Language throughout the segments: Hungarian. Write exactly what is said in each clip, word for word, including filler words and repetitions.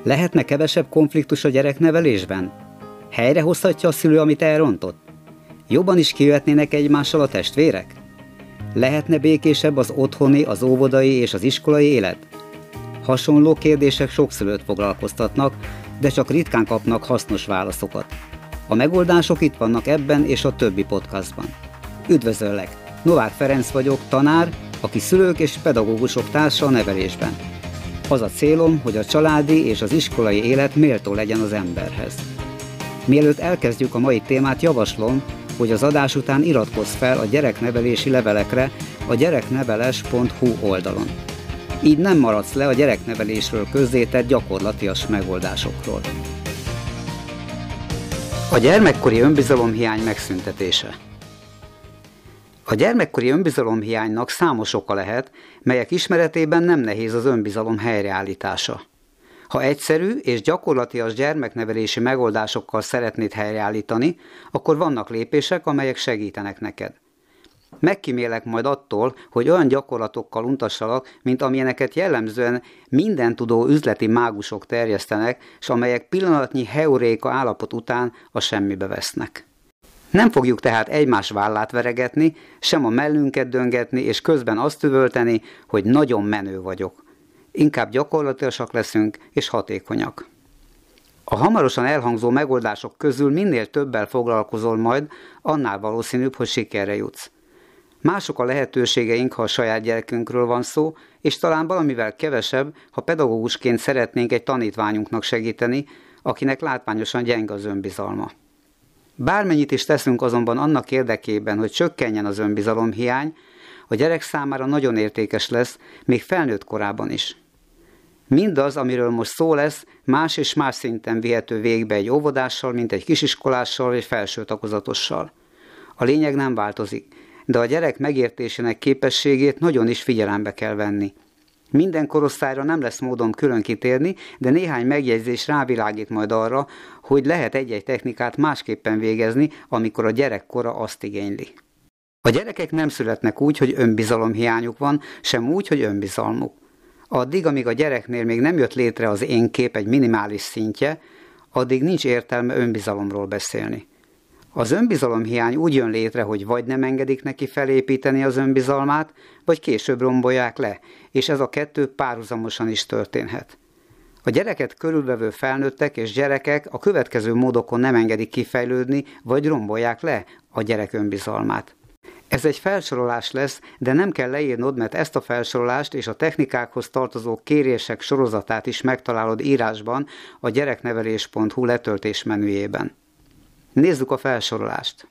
Lehetne kevesebb konfliktus a gyereknevelésben? Helyrehozhatja a szülő, amit elrontott? Jobban is kijöhetnének egymással a testvérek? Lehetne békésebb az otthoni, az óvodai és az iskolai élet? Hasonló kérdések sok szülőt foglalkoztatnak, de csak ritkán kapnak hasznos válaszokat. A megoldások itt vannak ebben és a többi podcastban. Üdvözöllek! Novák Ferenc vagyok, tanár, aki szülők és pedagógusok társa a nevelésben. Az a célom, hogy a családi és az iskolai élet méltó legyen az emberhez. Mielőtt elkezdjük a mai témát, javaslom, hogy az adás után iratkozz fel a gyereknevelési levelekre a gyerekneveles pont hu oldalon. Így nem maradsz le a gyereknevelésről közzétett gyakorlatias megoldásokról. A gyermekkori önbizalomhiány megszüntetése. A gyermekkori önbizalomhiánynak számos oka lehet, melyek ismeretében nem nehéz az önbizalom helyreállítása. Ha egyszerű és gyakorlatias gyermeknevelési megoldásokkal szeretnéd helyreállítani, akkor vannak lépések, amelyek segítenek neked. Megkímélek majd attól, hogy olyan gyakorlatokkal untassalak, mint amilyeneket jellemzően mindentudó üzleti mágusok terjesztenek, s amelyek pillanatnyi heuréka állapot után a semmibe vesznek. Nem fogjuk tehát egymás vállát veregetni, sem a mellünket döngetni, és közben azt üvölteni, hogy nagyon menő vagyok. Inkább gyakorlatiasak leszünk és hatékonyak. A hamarosan elhangzó megoldások közül minél többel foglalkozol majd, annál valószínűbb, hogy sikerre jutsz. Mások a lehetőségeink, ha a saját gyerekünkről van szó, és talán valamivel kevesebb, ha pedagógusként szeretnénk egy tanítványunknak segíteni, akinek látványosan gyenge az önbizalma. Bármennyit is teszünk azonban annak érdekében, hogy csökkenjen az önbizalomhiány, a gyerek számára nagyon értékes lesz, még felnőtt korában is. Mindaz, amiről most szó lesz, más és más szinten vihető végbe egy óvodással, mint egy kisiskolással vagy felső tagozatossal. A lényeg nem változik, de a gyerek megértésének képességét nagyon is figyelembe kell venni. Minden korosztályra nem lesz módon külön kitérni, de néhány megjegyzés rávilágít majd arra, hogy lehet egy-egy technikát másképpen végezni, amikor a gyerek kora azt igényli. A gyerekek nem születnek úgy, hogy önbizalomhiányuk van, sem úgy, hogy önbizalmuk. Addig, amíg a gyereknél még nem jött létre az én-kép egy minimális szintje, addig nincs értelme önbizalomról beszélni. Az önbizalomhiány úgy jön létre, hogy vagy nem engedik neki felépíteni az önbizalmát, vagy később rombolják le, és ez a kettő párhuzamosan is történhet. A gyereket körülvevő felnőttek és gyerekek a következő módokon nem engedik kifejlődni, vagy rombolják le a gyerek önbizalmát. Ez egy felsorolás lesz, de nem kell leírnod, mert ezt a felsorolást és a technikákhoz tartozó kérések sorozatát is megtalálod írásban a gyereknevelés pont hu letöltés menüjében. Nézzük a felsorolást.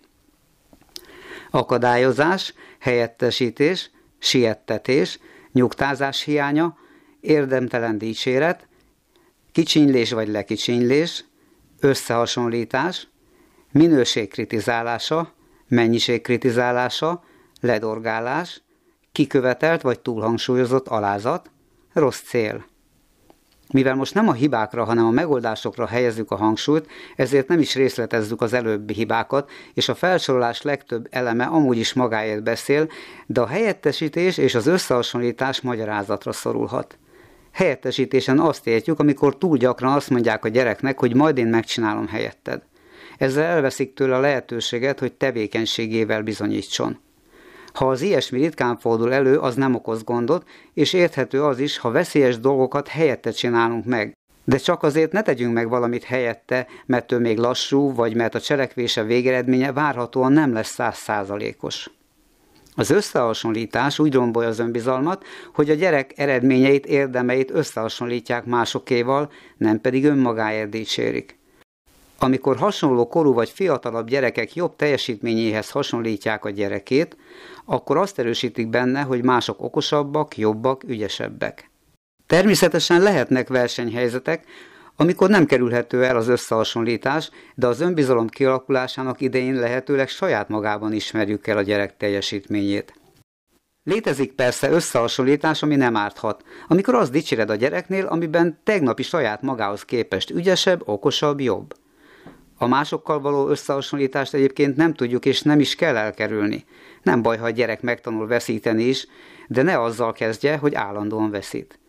Akadályozás, helyettesítés, siettetés, nyugtázás hiánya, érdemtelen dicséret, kicsinylés vagy lekicsinylés, összehasonlítás, minőség kritizálása, mennyiség kritizálása, ledorgálás, kikövetelt vagy túlhangsúlyozott alázat, rossz cél. Mivel most nem a hibákra, hanem a megoldásokra helyezzük a hangsúlyt, ezért nem is részletezzük az előbbi hibákat, és a felsorolás legtöbb eleme amúgy is magáért beszél, de a helyettesítés és az összehasonlítás magyarázatra szorulhat. Helyettesítésen azt értjük, amikor túl gyakran azt mondják a gyereknek, hogy majd én megcsinálom helyetted. Ezzel elveszik tőle a lehetőséget, hogy tevékenységével bizonyítson. Ha az ilyesmi ritkán fordul elő, az nem okoz gondot, és érthető az is, ha veszélyes dolgokat helyette csinálunk meg. De csak azért ne tegyünk meg valamit helyette, mert ő még lassú, vagy mert a cselekvése végeredménye várhatóan nem lesz száz százalékos. Az összehasonlítás úgy rombolja az önbizalmat, hogy a gyerek eredményeit, érdemeit összehasonlítják másokéval, nem pedig önmagáért dicsérik. Amikor hasonló korú vagy fiatalabb gyerekek jobb teljesítményéhez hasonlítják a gyerekét, akkor azt erősítik benne, hogy mások okosabbak, jobbak, ügyesebbek. Természetesen lehetnek versenyhelyzetek, amikor nem kerülhető el az összehasonlítás, de az önbizalom kialakulásának idején lehetőleg saját magában ismerjük el a gyerek teljesítményét. Létezik persze összehasonlítás, ami nem árthat, amikor azt dicséred a gyereknél, amiben tegnapi saját magához képest ügyesebb, okosabb, jobb. A másokkal való összehasonlítást egyébként nem tudjuk és nem is kell elkerülni. Nem baj, ha a gyerek megtanul veszíteni is, de ne azzal kezdje, hogy állandóan veszít.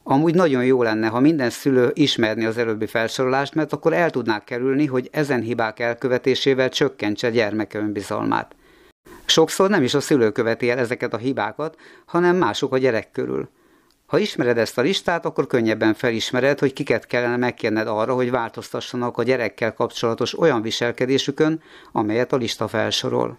Amúgy nagyon jó lenne, ha minden szülő ismerni az előbbi felsorolást, mert akkor el tudnák kerülni, hogy ezen hibák elkövetésével csökkentse gyermeke önbizalmát. Sokszor nem is a szülő követi el ezeket a hibákat, hanem mások a gyerek körül. Ha ismered ezt a listát, akkor könnyebben felismered, hogy kiket kellene megkérned arra, hogy változtassanak a gyerekkel kapcsolatos olyan viselkedésükön, amelyet a lista felsorol.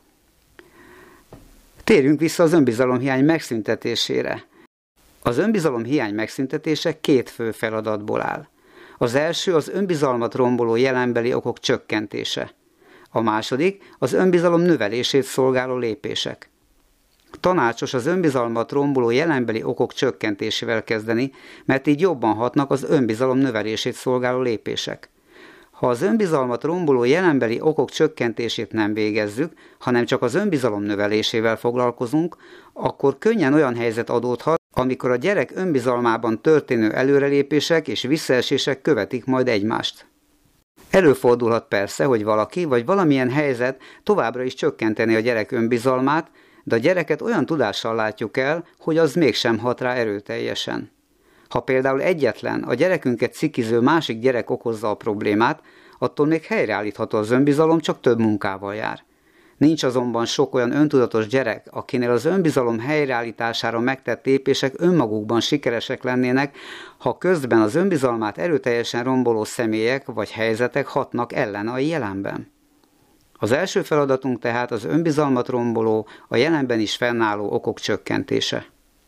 Térjünk vissza az önbizalomhiány megszüntetésére. Az önbizalomhiány megszüntetése két fő feladatból áll. Az első az önbizalmat romboló jelenbeli okok csökkentése. A második az önbizalom növelését szolgáló lépések. Tanácsos az önbizalmat romboló jelenbeli okok csökkentésével kezdeni, mert így jobban hatnak az önbizalom növelését szolgáló lépések. Ha az önbizalmat romboló jelenbeli okok csökkentését nem végezzük, hanem csak az önbizalom növelésével foglalkozunk, akkor könnyen olyan helyzet adódhat, amikor a gyerek önbizalmában történő előrelépések és visszaesések követik majd egymást. Előfordulhat persze, hogy valaki vagy valamilyen helyzet továbbra is csökkenteni a gyerek önbizalmát, de a gyereket olyan tudással látjuk el, hogy az mégsem hat rá erőteljesen. Ha például egyetlen, a gyerekünket cikiző másik gyerek okozza a problémát, attól még helyreállítható az önbizalom, csak több munkával jár. Nincs azonban sok olyan öntudatos gyerek, akinél az önbizalom helyreállítására megtett lépések önmagukban sikeresek lennének, ha közben az önbizalmát erőteljesen romboló személyek vagy helyzetek hatnak ellene a jelenben. Az első feladatunk tehát az önbizalmat romboló, a jelenben is fennálló okok csökkentése.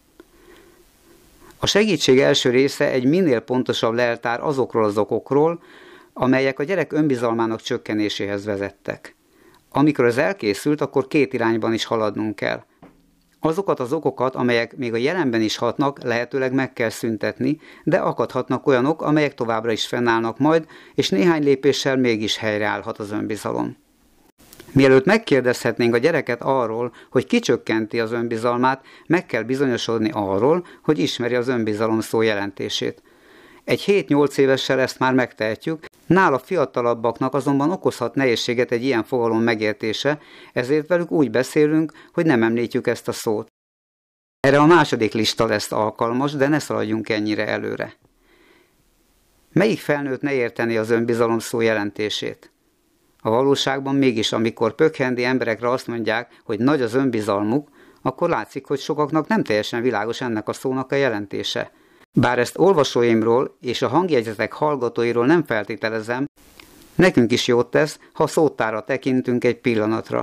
A segítség első része egy minél pontosabb leltár azokról az okokról, amelyek a gyerek önbizalmának csökkenéséhez vezettek. Amikor ez elkészült, akkor két irányban is haladnunk kell. Azokat az okokat, amelyek még a jelenben is hatnak, lehetőleg meg kell szüntetni, de akadhatnak olyanok, amelyek továbbra is fennállnak majd, és néhány lépéssel mégis helyreállhat az önbizalom. Mielőtt megkérdezhetnénk a gyereket arról, hogy ki csökkenti az önbizalmát, meg kell bizonyosodni arról, hogy ismeri az önbizalom szó jelentését. Egy hét-nyolc évessel ezt már megtehetjük, nála fiatalabbaknak azonban okozhat nehézséget egy ilyen fogalom megértése, ezért velük úgy beszélünk, hogy nem említjük ezt a szót. Erre a második lista lesz alkalmas, de ne szaladjunk ennyire előre. Melyik felnőtt ne érteni az önbizalom szó jelentését? A valóságban mégis, amikor pökhendi emberekre azt mondják, hogy nagy az önbizalmuk, akkor látszik, hogy sokaknak nem teljesen világos ennek a szónak a jelentése. Bár ezt olvasóimról és a hangjegyzetek hallgatóiról nem feltételezem, nekünk is jót tesz, ha szótárra tekintünk egy pillanatra.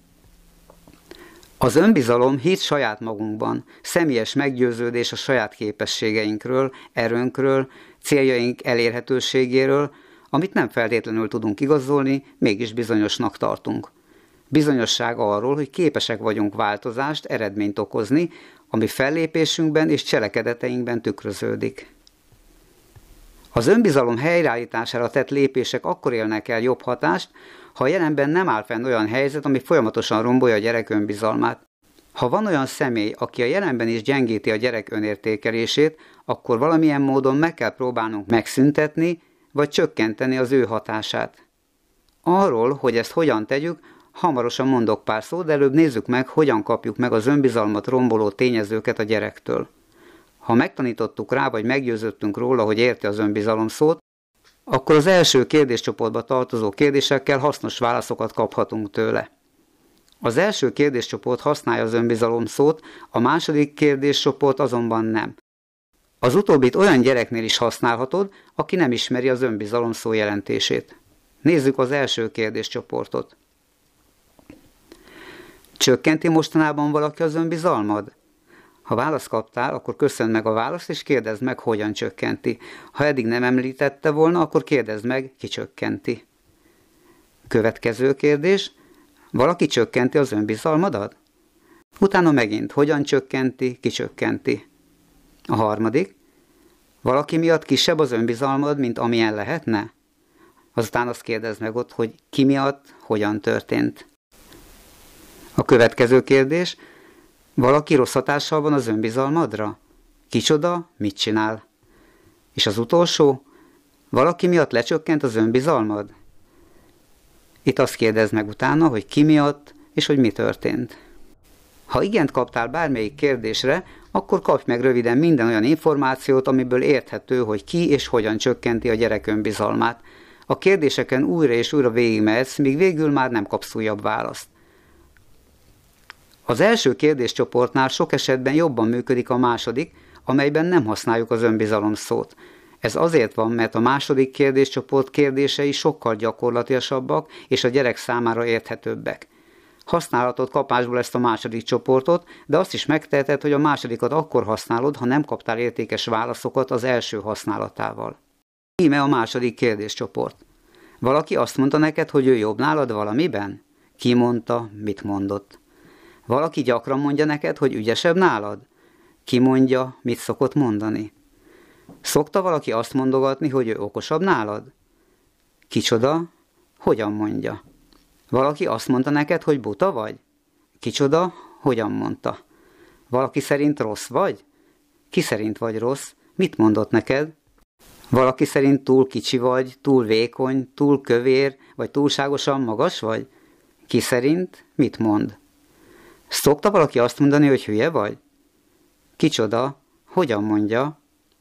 Az önbizalom hit saját magunkban, személyes meggyőződés a saját képességeinkről, erőnkről, céljaink elérhetőségéről, amit nem feltétlenül tudunk igazolni, mégis bizonyosnak tartunk. Bizonyosság arról, hogy képesek vagyunk változást, eredményt okozni, ami fellépésünkben és cselekedeteinkben tükröződik. Az önbizalom helyreállítására tett lépések akkor élnek el jobb hatást, ha a jelenben nem áll fenn olyan helyzet, ami folyamatosan rombolja a gyerek önbizalmát. Ha van olyan személy, aki a jelenben is gyengíti a gyerek önértékelését, akkor valamilyen módon meg kell próbálnunk megszüntetni, vagy csökkenteni az ő hatását. Arról, hogy ezt hogyan tegyük, hamarosan mondok pár szót, de előbb nézzük meg, hogyan kapjuk meg az önbizalmat romboló tényezőket a gyerektől. Ha megtanítottuk rá, vagy meggyőződtünk róla, hogy érti az önbizalom szót, akkor az első kérdéscsoportba tartozó kérdésekkel hasznos válaszokat kaphatunk tőle. Az első kérdéscsoport használja az önbizalom szót, a második kérdéscsoport azonban nem. Az utóbbit olyan gyereknél is használhatod, aki nem ismeri az önbizalom szó jelentését. Nézzük az első kérdéscsoportot. Csökkenti mostanában valaki az önbizalmad? Ha választ kaptál, akkor köszönd meg a választ, és kérdezd meg, hogyan csökkenti. Ha eddig nem említette volna, akkor kérdezd meg, ki csökkenti. Következő kérdés. Valaki csökkenti az önbizalmadat? Utána megint, hogyan csökkenti, ki csökkenti. A harmadik. Valaki miatt kisebb az önbizalmad, mint amilyen lehetne? Azután azt kérdezd meg ott, hogy ki miatt, hogyan történt. A következő kérdés. Valaki rossz hatással van az önbizalmadra? Kicsoda, mit csinál? És az utolsó. Valaki miatt lecsökkent az önbizalmad? Itt azt kérdezd meg utána, hogy ki miatt, és hogy mi történt. Ha igent kaptál bármelyik kérdésre, akkor kapj meg röviden minden olyan információt, amiből érthető, hogy ki és hogyan csökkenti a gyerek önbizalmát. A kérdéseken újra és újra végigmehetsz, míg végül már nem kapsz újabb választ. Az első kérdéscsoportnál sok esetben jobban működik a második, amelyben nem használjuk az önbizalom szót. Ez azért van, mert a második kérdéscsoport kérdései sokkal gyakorlatiasabbak és a gyerek számára érthetőbbek. Használhatod kapásból ezt a második csoportot, de azt is megteheted, hogy a másodikat akkor használod, ha nem kaptál értékes válaszokat az első használatával. Íme a második kérdéscsoport. Valaki azt mondta neked, hogy ő jobb nálad valamiben? Ki mondta, mit mondott? Valaki gyakran mondja neked, hogy ügyesebb nálad? Ki mondja, mit szokott mondani? Szokta valaki azt mondogatni, hogy ő okosabb nálad? Kicsoda? Hogyan mondja? Valaki azt mondta neked, hogy buta vagy? Kicsoda? Hogyan mondta? Valaki szerint rossz vagy? Ki szerint vagy rossz? Mit mondott neked? Valaki szerint túl kicsi vagy, túl vékony, túl kövér, vagy túlságosan magas vagy? Ki szerint? Mit mond? Szokta valaki azt mondani, hogy hülye vagy? Kicsoda? Hogyan mondja?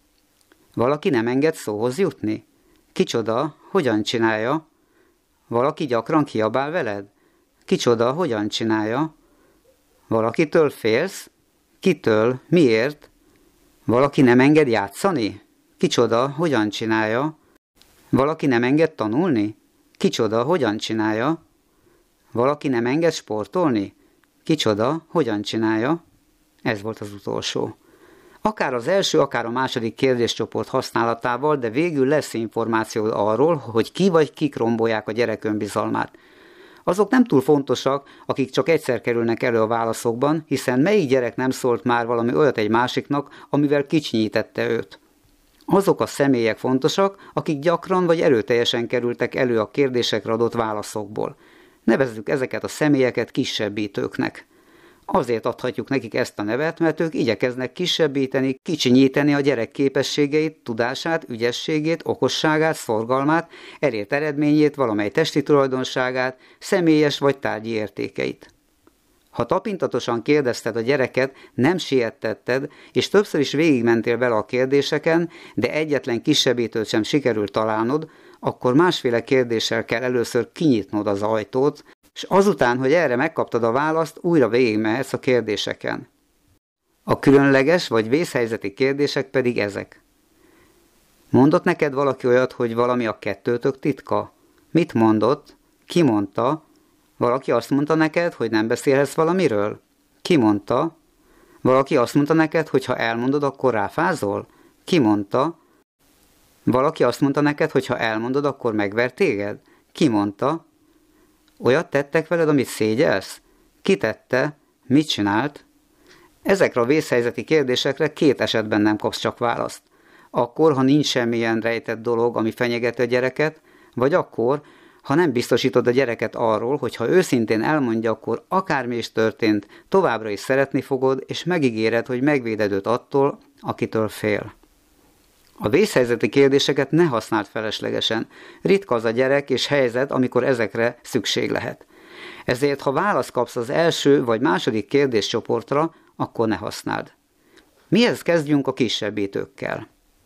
Valaki nem enged szóhoz jutni? Kicsoda? Hogyan csinálja? Valaki gyakran kiabál veled? Kicsoda? Hogyan csinálja? Valakitől félsz? Kitől? Miért? Valaki nem enged játszani? Kicsoda? Hogyan csinálja? Valaki nem enged tanulni? Kicsoda? Hogyan csinálja? Valaki nem enged sportolni? Kicsoda? Hogyan csinálja? Ez volt az utolsó. Akár az első, akár a második kérdéscsoport használatával, de végül lesz információ arról, hogy ki vagy kik rombolják a gyerek önbizalmát. Azok nem túl fontosak, akik csak egyszer kerülnek elő a válaszokban, hiszen melyik gyerek nem szólt már valami olyat egy másiknak, amivel kicsinyítette őt. Azok a személyek fontosak, akik gyakran vagy erőteljesen kerültek elő a kérdésekre adott válaszokból. Nevezzük ezeket a személyeket kisebbítőknek. Azért adhatjuk nekik ezt a nevet, mert ők igyekeznek kisebbíteni, kicsinyíteni a gyerek képességeit, tudását, ügyességét, okosságát, szorgalmát, elért eredményét, valamely testi tulajdonságát, személyes vagy tárgyi értékeit. Ha tapintatosan kérdezted a gyereket, nem siettetted, és többször is végigmentél vele a kérdéseken, de egyetlen kisebbítőt sem sikerült találnod, akkor másféle kérdéssel kell először kinyitnod az ajtót, és azután, hogy erre megkaptad a választ, újra végigmehetsz a kérdéseken. A különleges vagy vészhelyzeti kérdések pedig ezek. Mondott neked valaki olyat, hogy valami a kettőtök titka? Mit mondott? Ki mondta? Valaki azt mondta neked, hogy nem beszélhetsz valamiről? Ki mondta? Valaki azt mondta neked, hogy ha elmondod, akkor ráfázol? Ki mondta? Valaki azt mondta neked, hogy ha elmondod, akkor megver téged? Ki mondta? Olyat tettek veled, amit szégyelsz? Ki tette? Mit csinált? Ezekre a vészhelyzeti kérdésekre két esetben nem kapsz csak választ. Akkor, ha nincs semmilyen rejtett dolog, ami fenyegeti a gyereket, vagy akkor, ha nem biztosítod a gyereket arról, hogy ha őszintén elmondja, akkor akármi is történt, továbbra is szeretni fogod, és megígéred, hogy megvéded őt attól, akitől fél. A vészhelyzeti kérdéseket ne használd feleslegesen. Ritka az a gyerek és helyzet, amikor ezekre szükség lehet. Ezért, ha választ kapsz az első vagy második kérdéscsoportra, akkor ne használd. Mihez kezdjünk a kisebbítőkkel?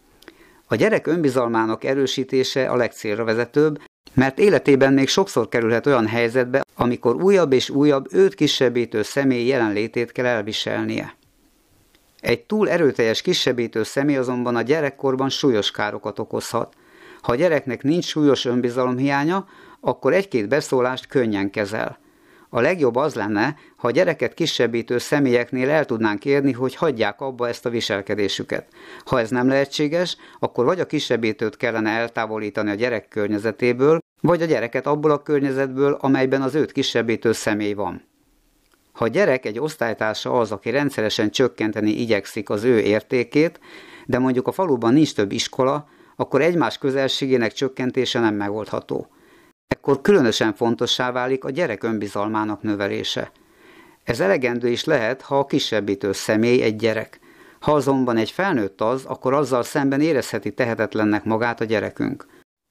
A gyerek önbizalmának erősítése a legcélra vezetőbb, mert életében még sokszor kerülhet olyan helyzetbe, amikor újabb és újabb őt kisebbítő személy jelenlétét kell elviselnie. Egy túl erőteljes kisebbítő személy azonban a gyerekkorban súlyos károkat okozhat. Ha a gyereknek nincs súlyos önbizalomhiánya, akkor egy-két beszólást könnyen kezel. A legjobb az lenne, ha a gyereket kisebbítő személyeknél el tudnánk érni, hogy hagyják abba ezt a viselkedésüket. Ha ez nem lehetséges, akkor vagy a kisebbítőt kellene eltávolítani a gyerek környezetéből, vagy a gyereket abból a környezetből, amelyben az őt kisebbítő személy van. Ha a gyerek egy osztálytársa az, aki rendszeresen csökkenteni igyekszik az ő értékét, de mondjuk a faluban nincs több iskola, akkor egymás közelségének csökkentése nem megoldható. Ekkor különösen fontossá válik a gyerek önbizalmának növelése. Ez elegendő is lehet, ha a kisebbítő személy egy gyerek. Ha azonban egy felnőtt az, akkor azzal szemben érezheti tehetetlennek magát a gyerekünk.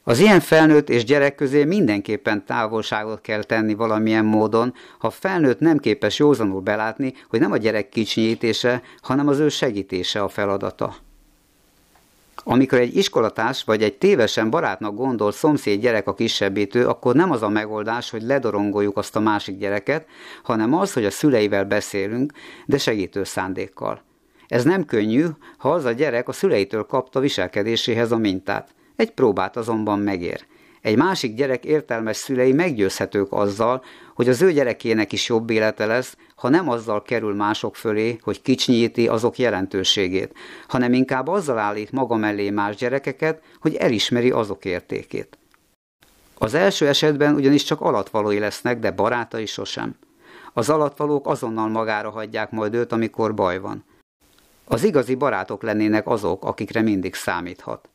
Az ilyen felnőtt és gyerek közé mindenképpen távolságot kell tenni valamilyen módon, ha a felnőtt nem képes józanul belátni, hogy nem a gyerek kicsinyítése, hanem az ő segítése a feladata. Amikor egy iskolatárs vagy egy tévesen barátnak gondolt szomszéd gyerek a kisebbítő, akkor nem az a megoldás, hogy ledorongoljuk azt a másik gyereket, hanem az, hogy a szüleivel beszélünk, de segítő szándékkal. Ez nem könnyű, ha az a gyerek a szüleitől kapta viselkedéséhez a mintát. Egy próbát azonban megér. Egy másik gyerek értelmes szülei meggyőzhetők azzal, hogy az ő gyerekének is jobb élete lesz, ha nem azzal kerül mások fölé, hogy kicsinyíti azok jelentőségét, hanem inkább azzal állít maga mellé más gyerekeket, hogy elismeri azok értékét. Az első esetben ugyanis csak alattvalói lesznek, de barátai sosem. Az alattvalók azonnal magára hagyják majd őt, amikor baj van. Az igazi barátok lennének azok, akikre mindig számíthat.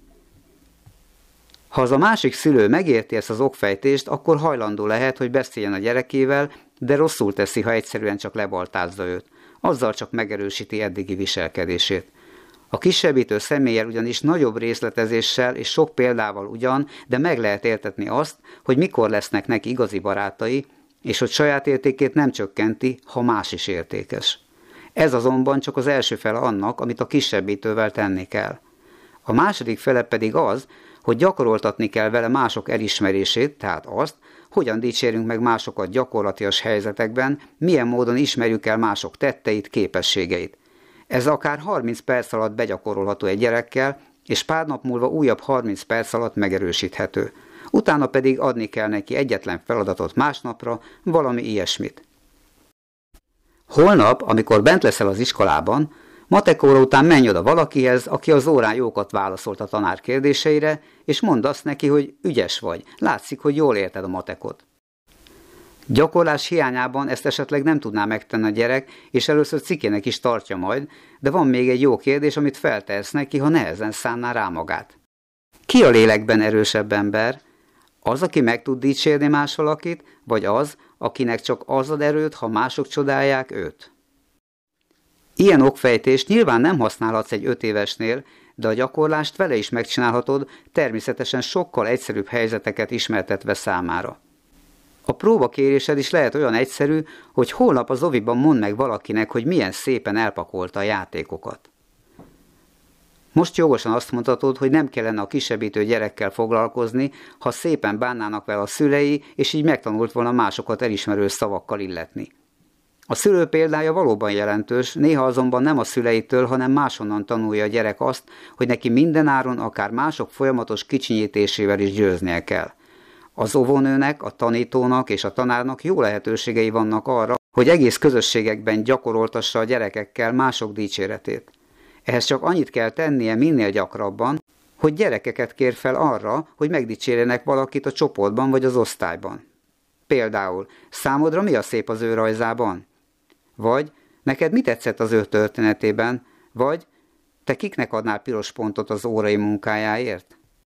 Ha az a másik szülő megérti ezt az okfejtést, akkor hajlandó lehet, hogy beszéljen a gyerekével, de rosszul teszi, ha egyszerűen csak lebaltázza őt. Azzal csak megerősíti eddigi viselkedését. A kisebbítő személlyel ugyanis nagyobb részletezéssel és sok példával ugyan, de meg lehet értetni azt, hogy mikor lesznek neki igazi barátai, és hogy saját értékét nem csökkenti, ha más is értékes. Ez azonban csak az első fele annak, amit a kisebbítővel tenni kell. A második fele pedig az, hogy gyakoroltatni kell vele mások elismerését, tehát azt, hogyan dicsérünk meg másokat gyakorlatias helyzetekben, milyen módon ismerjük el mások tetteit, képességeit. Ez akár harminc perc alatt begyakorolható egy gyerekkel, és pár nap múlva újabb harminc perc alatt megerősíthető. Utána pedig adni kell neki egyetlen feladatot másnapra, valami ilyesmit. Holnap, amikor bent leszel az iskolában, matek óra után menj oda valakihez, aki az órán jókat válaszolt a tanár kérdéseire, és mondd azt neki, hogy ügyes vagy, látszik, hogy jól érted a matekot. Gyakorlás hiányában ezt esetleg nem tudná megtenni a gyerek, és először cikének is tartja majd, de van még egy jó kérdés, amit feltehetsz neki, ha nehezen szánná rá magát. Ki a lélekben erősebb ember? Az, aki meg tud dicsérni más valakit, vagy az, akinek csak az ad erőt, ha mások csodálják őt? Ilyen okfejtést nyilván nem használhatsz egy öt évesnél, de a gyakorlást vele is megcsinálhatod, természetesen sokkal egyszerűbb helyzeteket ismertetve számára. A próbakérésed is lehet olyan egyszerű, hogy holnap az oviban mondd meg valakinek, hogy milyen szépen elpakolta a játékokat. Most jogosan azt mondhatod, hogy nem kellene a kisebbítő gyerekkel foglalkozni, ha szépen bánnának vele a szülei, és így megtanult volna másokat elismerő szavakkal illetni. A szülő példája valóban jelentős, néha azonban nem a szüleitől, hanem máshonnan tanulja a gyerek azt, hogy neki mindenáron akár mások folyamatos kicsinyítésével is győznie kell. Az óvónőnek, a tanítónak és a tanárnak jó lehetőségei vannak arra, hogy egész közösségekben gyakoroltassa a gyerekekkel mások dicséretét. Ehhez csak annyit kell tennie minél gyakrabban, hogy gyerekeket kér fel arra, hogy megdicsérjenek valakit a csoportban vagy az osztályban. Például, számodra mi a szép az ő rajzában? Vagy, neked mi tetszett az ő történetében? Vagy, te kiknek adnál piros pontot az órai munkájáért?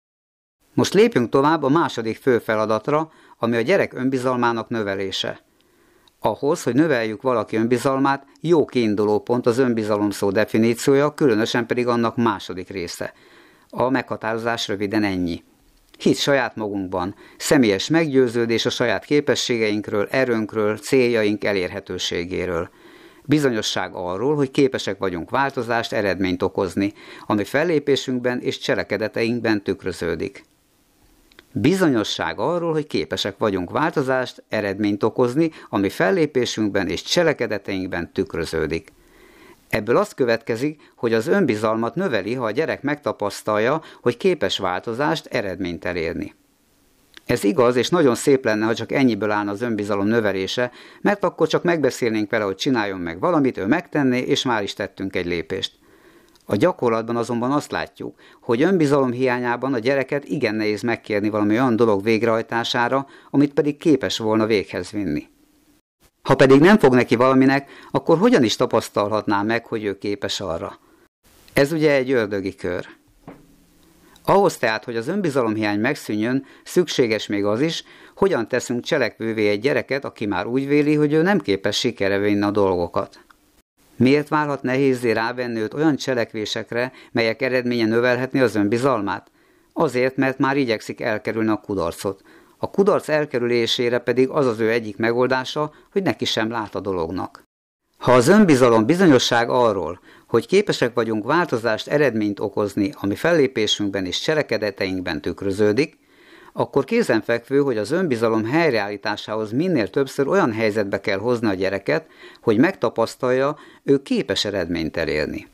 Most lépjünk tovább a második fő feladatra, ami a gyerek önbizalmának növelése. Ahhoz, hogy növeljük valaki önbizalmát, jó kiinduló pont az önbizalom szó definíciója, különösen pedig annak második része. A meghatározás röviden ennyi. Hit saját magunkban, személyes meggyőződés a saját képességeinkről, erőnkről, céljaink elérhetőségéről. Bizonyosság arról, hogy képesek vagyunk változást, eredményt okozni, ami fellépésünkben és cselekedeteinkben tükröződik. Bizonyosság arról, hogy képesek vagyunk változást, eredményt okozni, ami fellépésünkben és cselekedeteinkben tükröződik. Ebből az következik, hogy az önbizalmat növeli, ha a gyerek megtapasztalja, hogy képes változást, eredményt elérni. Ez igaz, és nagyon szép lenne, ha csak ennyiből állna az önbizalom növelése, mert akkor csak megbeszélnénk vele, hogy csináljon meg valamit, ő megtenné, és már is tettünk egy lépést. A gyakorlatban azonban azt látjuk, hogy önbizalom hiányában a gyereket igen nehéz megkérni valami olyan dolog végrehajtására, amit pedig képes volna véghez vinni. Ha pedig nem fog neki valaminek, akkor hogyan is tapasztalhatná meg, hogy ő képes arra? Ez ugye egy ördögi kör. Ahhoz tehát, hogy az önbizalomhiány megszűnjön, szükséges még az is, hogyan teszünk cselekvővé egy gyereket, aki már úgy véli, hogy ő nem képes sikerre vinni a dolgokat. Miért válhat nehézzé rávenni őt olyan cselekvésekre, melyek eredménye növelhetné az önbizalmát? Azért, mert már igyekszik elkerülni a kudarcot. A kudarc elkerülésére pedig az az ő egyik megoldása, hogy neki sem lát a dolognak. Ha az önbizalom bizonyosság arról, hogy képesek vagyunk változást, eredményt okozni, ami fellépésünkben és cselekedeteinkben tükröződik, akkor kézenfekvő, hogy az önbizalom helyreállításához minél többször olyan helyzetbe kell hozni a gyereket, hogy megtapasztalja, ő képes eredményt elérni.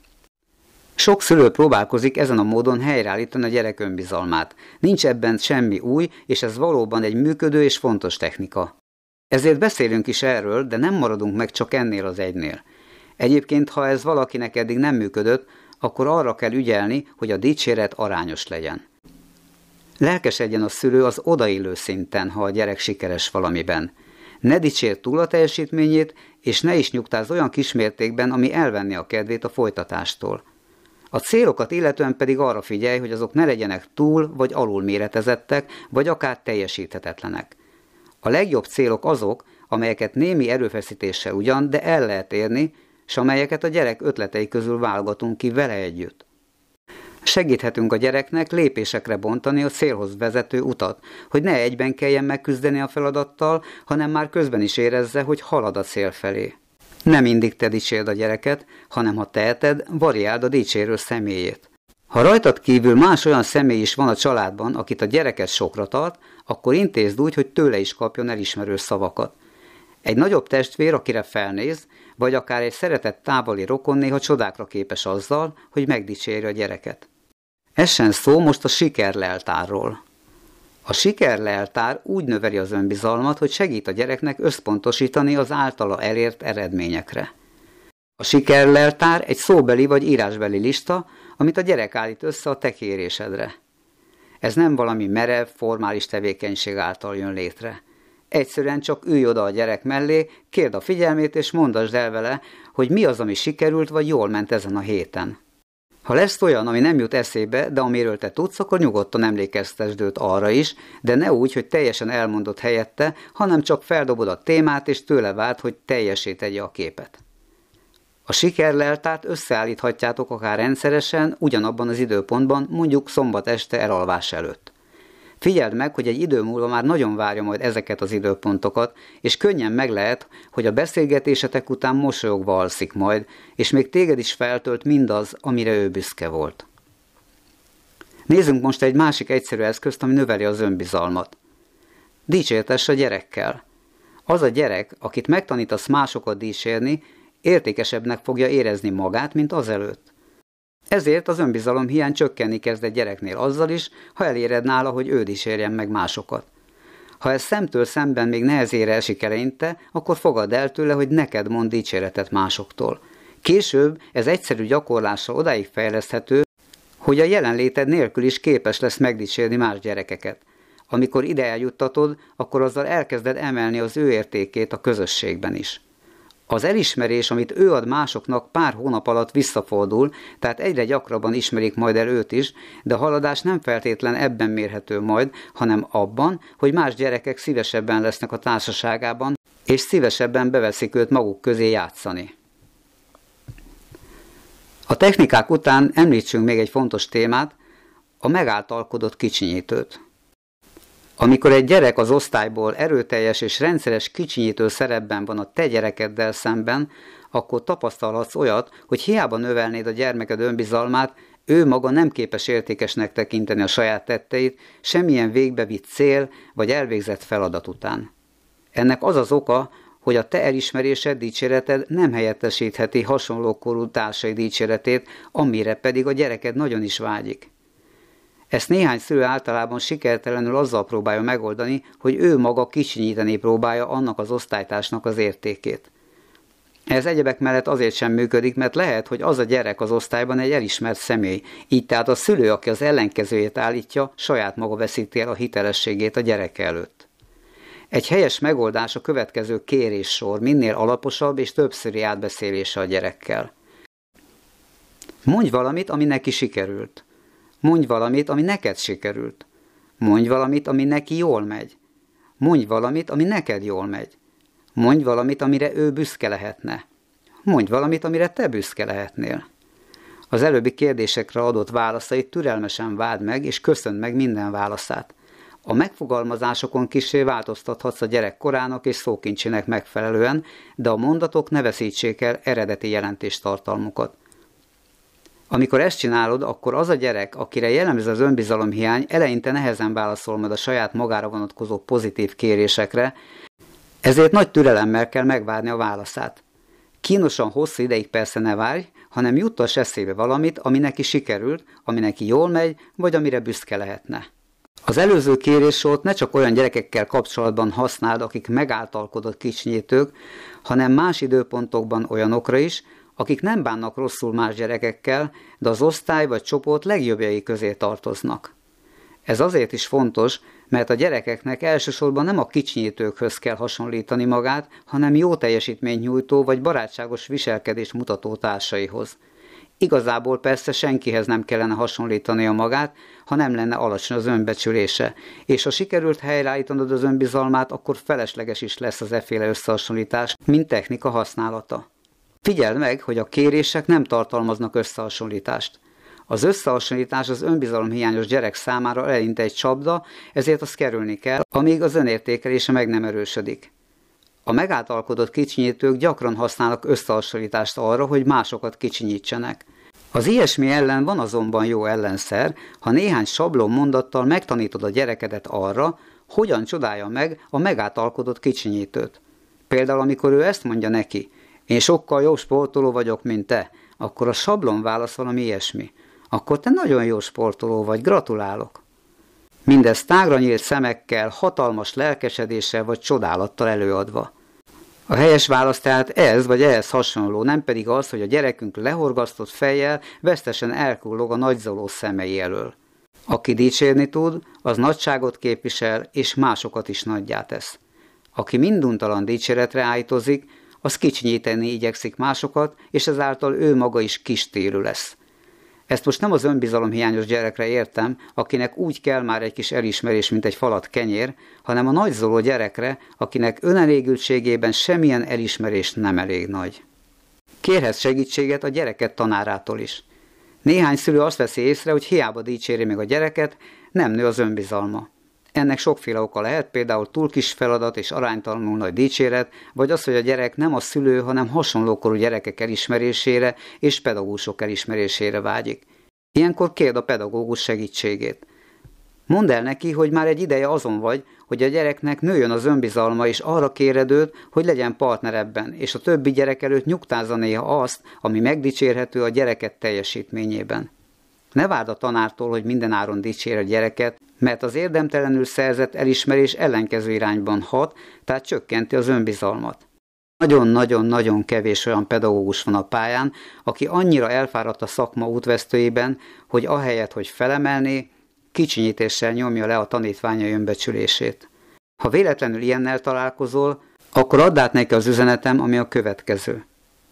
Sok szülő próbálkozik ezen a módon helyreállítani a gyerek önbizalmát. Nincs ebben semmi új, és ez valóban egy működő és fontos technika. Ezért beszélünk is erről, de nem maradunk meg csak ennél az egynél. Egyébként, ha ez valakinek eddig nem működött, akkor arra kell ügyelni, hogy a dicséret arányos legyen. Lelkesedjen a szülő az odaillő szinten, ha a gyerek sikeres valamiben. Ne dicsérd túl a teljesítményét, és ne is nyugtázz olyan kismértékben, ami elvenni a kedvét a folytatástól. A célokat illetően pedig arra figyelj, hogy azok ne legyenek túl vagy alul méretezettek, vagy akár teljesíthetetlenek. A legjobb célok azok, amelyeket némi erőfeszítéssel ugyan, de el lehet érni, s amelyeket a gyerek ötletei közül válogatunk ki vele együtt. Segíthetünk a gyereknek lépésekre bontani a célhoz vezető utat, hogy ne egyben kelljen megküzdeni a feladattal, hanem már közben is érezze, hogy halad a cél felé. Nem mindig te dicsérd a gyereket, hanem ha teheted, variáld a dicsérő személyét. Ha rajtad kívül más olyan személy is van a családban, akit a gyereket sokra tart, akkor intézd úgy, hogy tőle is kapjon elismerő szavakat. Egy nagyobb testvér, akire felnéz, vagy akár egy szeretett távoli rokon néha csodákra képes azzal, hogy megdicséri a gyereket. Essen szó most a sikerleltárról. A sikerleltár úgy növeli az önbizalmat, hogy segít a gyereknek összpontosítani az általa elért eredményekre. A sikerleltár egy szóbeli vagy írásbeli lista, amit a gyerek állít össze a te kérésedre. Ez nem valami merev, formális tevékenység által jön létre. Egyszerűen csak ülj oda a gyerek mellé, kérd a figyelmét és mondasd el vele, hogy mi az, ami sikerült vagy jól ment ezen a héten. Ha lesz olyan, ami nem jut eszébe, de amiről te tudsz, akkor nyugodtan emlékeztesd őt arra is, de ne úgy, hogy teljesen elmondod helyette, hanem csak feldobod a témát és tőle várt, hogy teljessé tegye a képet. A sikerleltárt összeállíthatjátok akár rendszeresen, ugyanabban az időpontban, mondjuk szombat este elalvás előtt. Figyeld meg, hogy egy idő múlva már nagyon várja majd ezeket az időpontokat, és könnyen meg lehet, hogy a beszélgetésetek után mosolyogva alszik majd, és még téged is feltölt mindaz, amire ő büszke volt. Nézzünk most egy másik egyszerű eszközt, ami növeli az önbizalmat. Dicsértess a gyerekkel. Az a gyerek, akit megtanítasz másokat dicsérni, értékesebbnek fogja érezni magát, mint azelőtt. Ezért az önbizalom hiány csökkenni kezd egy gyereknél azzal is, ha eléred nála, hogy ő dicsérjen meg másokat. Ha ez szemtől szemben még nehezére esik eleinte, akkor fogadd el tőle, hogy neked mond dicséretet másoktól. Később ez egyszerű gyakorlással odáig fejleszthető, hogy a jelenléted nélkül is képes lesz megdicsérni más gyerekeket. Amikor ide eljuttatod, akkor azzal elkezded emelni az ő értékét a közösségben is. Az elismerés, amit ő ad másoknak, pár hónap alatt visszafordul, tehát egyre gyakrabban ismerik majd el őt is, de a haladás nem feltétlen ebben mérhető majd, hanem abban, hogy más gyerekek szívesebben lesznek a társaságában, és szívesebben beveszik őt maguk közé játszani. A technikák után említsünk még egy fontos témát, a megáltalkodott kicsinyítőt. Amikor egy gyerek az osztályból erőteljes és rendszeres kicsinyítő szerepben van a te gyerekeddel szemben, akkor tapasztalhatsz olyat, hogy hiába növelnéd a gyermeked önbizalmát, ő maga nem képes értékesnek tekinteni a saját tetteit, semmilyen végbevitt cél vagy elvégzett feladat után. Ennek az az oka, hogy a te elismerésed, dicséreted nem helyettesítheti hasonlókorú társai dicséretét, amire pedig a gyereked nagyon is vágyik. Ezt néhány szülő általában sikertelenül azzal próbálja megoldani, hogy ő maga kicsinyíteni próbálja annak az osztálytársnak az értékét. Ez egyebek mellett azért sem működik, mert lehet, hogy az a gyerek az osztályban egy elismert személy, így tehát a szülő, aki az ellenkezőjét állítja, saját maga veszíti el a hitelességét a gyereke előtt. Egy helyes megoldás a következő kéréssor, minél alaposabb és többszöri átbeszélése a gyerekkel. Mondj valamit, ami neki sikerült. Mondj valamit, ami neked sikerült. Mondj valamit, ami neki jól megy. Mondj valamit, ami neked jól megy. Mondj valamit, amire ő büszke lehetne. Mondj valamit, amire te büszke lehetnél. Az előbbi kérdésekre adott válaszait türelmesen várd meg, és köszönd meg minden válaszát. A megfogalmazásokon kissé változtathatsz a gyerek korának és szókincsének megfelelően, de a mondatok ne veszítsék el eredeti jelentéstartalmukat. Amikor ezt csinálod, akkor az a gyerek, akire jellemző az önbizalomhiány, eleinte nehezen válaszol majd a saját magára vonatkozó pozitív kérésekre, ezért nagy türelemmel kell megvárni a válaszát. Kínosan hosszú ideig persze ne várj, hanem juttass eszébe valamit, ami neki sikerült, ami neki jól megy, vagy amire büszke lehetne. Az előző kéréssort ne csak olyan gyerekekkel kapcsolatban használd, akik megáltalkodott kicsinyítők, hanem más időpontokban olyanokra is, akik nem bánnak rosszul más gyerekekkel, de az osztály vagy csoport legjobbjai közé tartoznak. Ez azért is fontos, mert a gyerekeknek elsősorban nem a kicsinyítőkhöz kell hasonlítani magát, hanem jó teljesítményt nyújtó vagy barátságos viselkedést mutató társaihoz. Igazából persze senkihez nem kellene hasonlítania magát, ha nem lenne alacsony az önbecsülése, és ha sikerült helyreállítanod az önbizalmát, akkor felesleges is lesz az efféle összehasonlítás, mint technika használata. Figyeld meg, hogy a kérések nem tartalmaznak összehasonlítást. Az összehasonlítás az önbizalomhiányos gyerek számára eleinte egy csapda, ezért azt kerülni kell, amíg az önértékelése meg nem erősödik. A megáltalkodott kicsinyítők gyakran használnak összehasonlítást arra, hogy másokat kicsinyítsenek. Az ilyesmi ellen van azonban jó ellenszer, ha néhány sablon mondattal megtanítod a gyerekedet arra, hogyan csodálja meg a megáltalkodott kicsinyítőt. Például amikor ő ezt mondja neki, én sokkal jobb sportoló vagyok, mint te, akkor a sablon válasz valami ilyesmi. Akkor te nagyon jó sportoló vagy, gratulálok. Mindez tágra nyílt szemekkel, hatalmas lelkesedéssel vagy csodálattal előadva. A helyes válasz tehát ez vagy ehhez hasonló, nem pedig az, hogy a gyerekünk lehorgasztott fejjel vesztesen elkullog a nagyzoló szemei elől. Aki dicsérni tud, az nagyságot képvisel, és másokat is nagyjá tesz. Aki minduntalan dicséretre állítozik, az kicsinyíteni igyekszik másokat, és ezáltal ő maga is kistérű lesz. Ezt most nem az önbizalomhiányos gyerekre értem, akinek úgy kell már egy kis elismerés, mint egy falat kenyér, hanem a nagyzoló gyerekre, akinek önelégültségében semmilyen elismerés nem elég nagy. Kérhetsz segítséget a gyereket tanárától is. Néhány szülő azt veszi észre, hogy hiába dicséri meg a gyereket, nem nő az önbizalma. Ennek sokféle oka lehet, például túl kis feladat és aránytalanul nagy dicséret, vagy az, hogy a gyerek nem a szülő, hanem hasonlókorú gyerekek elismerésére és pedagógusok elismerésére vágyik. Ilyenkor kérd a pedagógus segítségét. Mondd el neki, hogy már egy ideje azon vagy, hogy a gyereknek nőjön az önbizalma, és arra kéred őt, hogy legyen partner ebben, és a többi gyerek előtt nyugtázza néha azt, ami megdicsérhető a gyereket teljesítményében. Ne várd a tanártól, hogy mindenáron dicsér a gyereket, mert az érdemtelenül szerzett elismerés ellenkező irányban hat, tehát csökkenti az önbizalmat. Nagyon-nagyon-nagyon kevés olyan pedagógus van a pályán, aki annyira elfáradt a szakma útvesztőjében, hogy ahelyett, hogy felemelné, kicsinyítéssel nyomja le a tanítványai önbecsülését. Ha véletlenül ilyennel találkozol, akkor add át neki az üzenetem, ami a következő.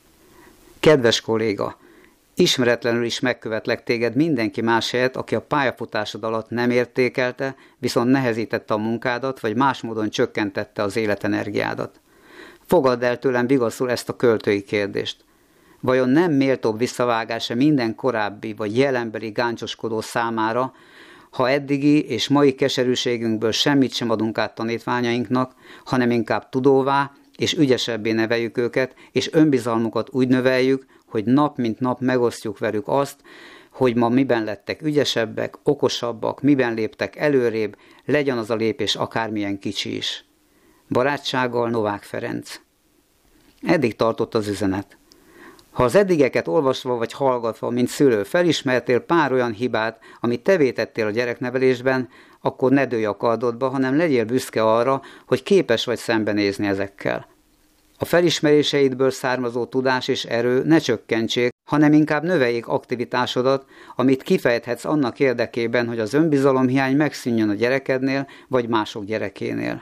Kedves kolléga! Ismeretlenül is megkövetlek téged mindenki más helyett, aki a pályafutásod alatt nem értékelte, viszont nehezítette a munkádat, vagy más módon csökkentette az életenergiádat. Fogadd el tőlem vigaszul ezt a költői kérdést. Vajon nem méltóbb visszavágása minden korábbi vagy jelenbeli gáncsoskodó számára, ha eddigi és mai keserűségünkből semmit sem adunk át tanítványainknak, hanem inkább tudóvá és ügyesebbé neveljük őket, és önbizalmukat úgy növeljük, hogy nap mint nap megosztjuk velük azt, hogy ma miben lettek ügyesebbek, okosabbak, miben léptek előrébb, legyen az a lépés akármilyen kicsi is. Barátsággal, Novák Ferenc. Eddig tartott az üzenet. Ha az eddigeket olvasva vagy hallgatva, mint szülő felismertél pár olyan hibát, amit te vétettél a gyereknevelésben, akkor ne dőlj a kardodba, hanem legyél büszke arra, hogy képes vagy szembenézni ezekkel. A felismeréseidből származó tudás és erő ne csökkentsék, hanem inkább növeljék aktivitásodat, amit kifejthetsz annak érdekében, hogy az önbizalomhiány megszűnjön a gyerekednél vagy mások gyerekénél.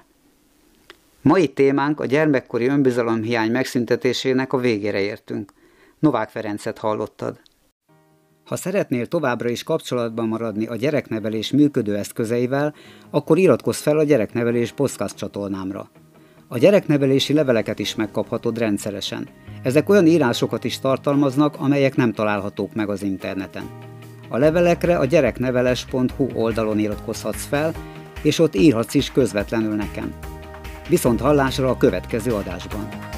Mai témánk a gyermekkori önbizalomhiány megszüntetésének a végére értünk. Novák Ferencet hallottad. Ha szeretnél továbbra is kapcsolatban maradni a gyereknevelés működő eszközeivel, akkor iratkozz fel a Gyereknevelés podcast csatornámra. A gyereknevelési leveleket is megkaphatod rendszeresen. Ezek olyan írásokat is tartalmaznak, amelyek nem találhatók meg az interneten. A levelekre a gyerekneveles pont hu oldalon iratkozhatsz fel, és ott írhatsz is közvetlenül nekem. Viszont hallásra a következő adásban!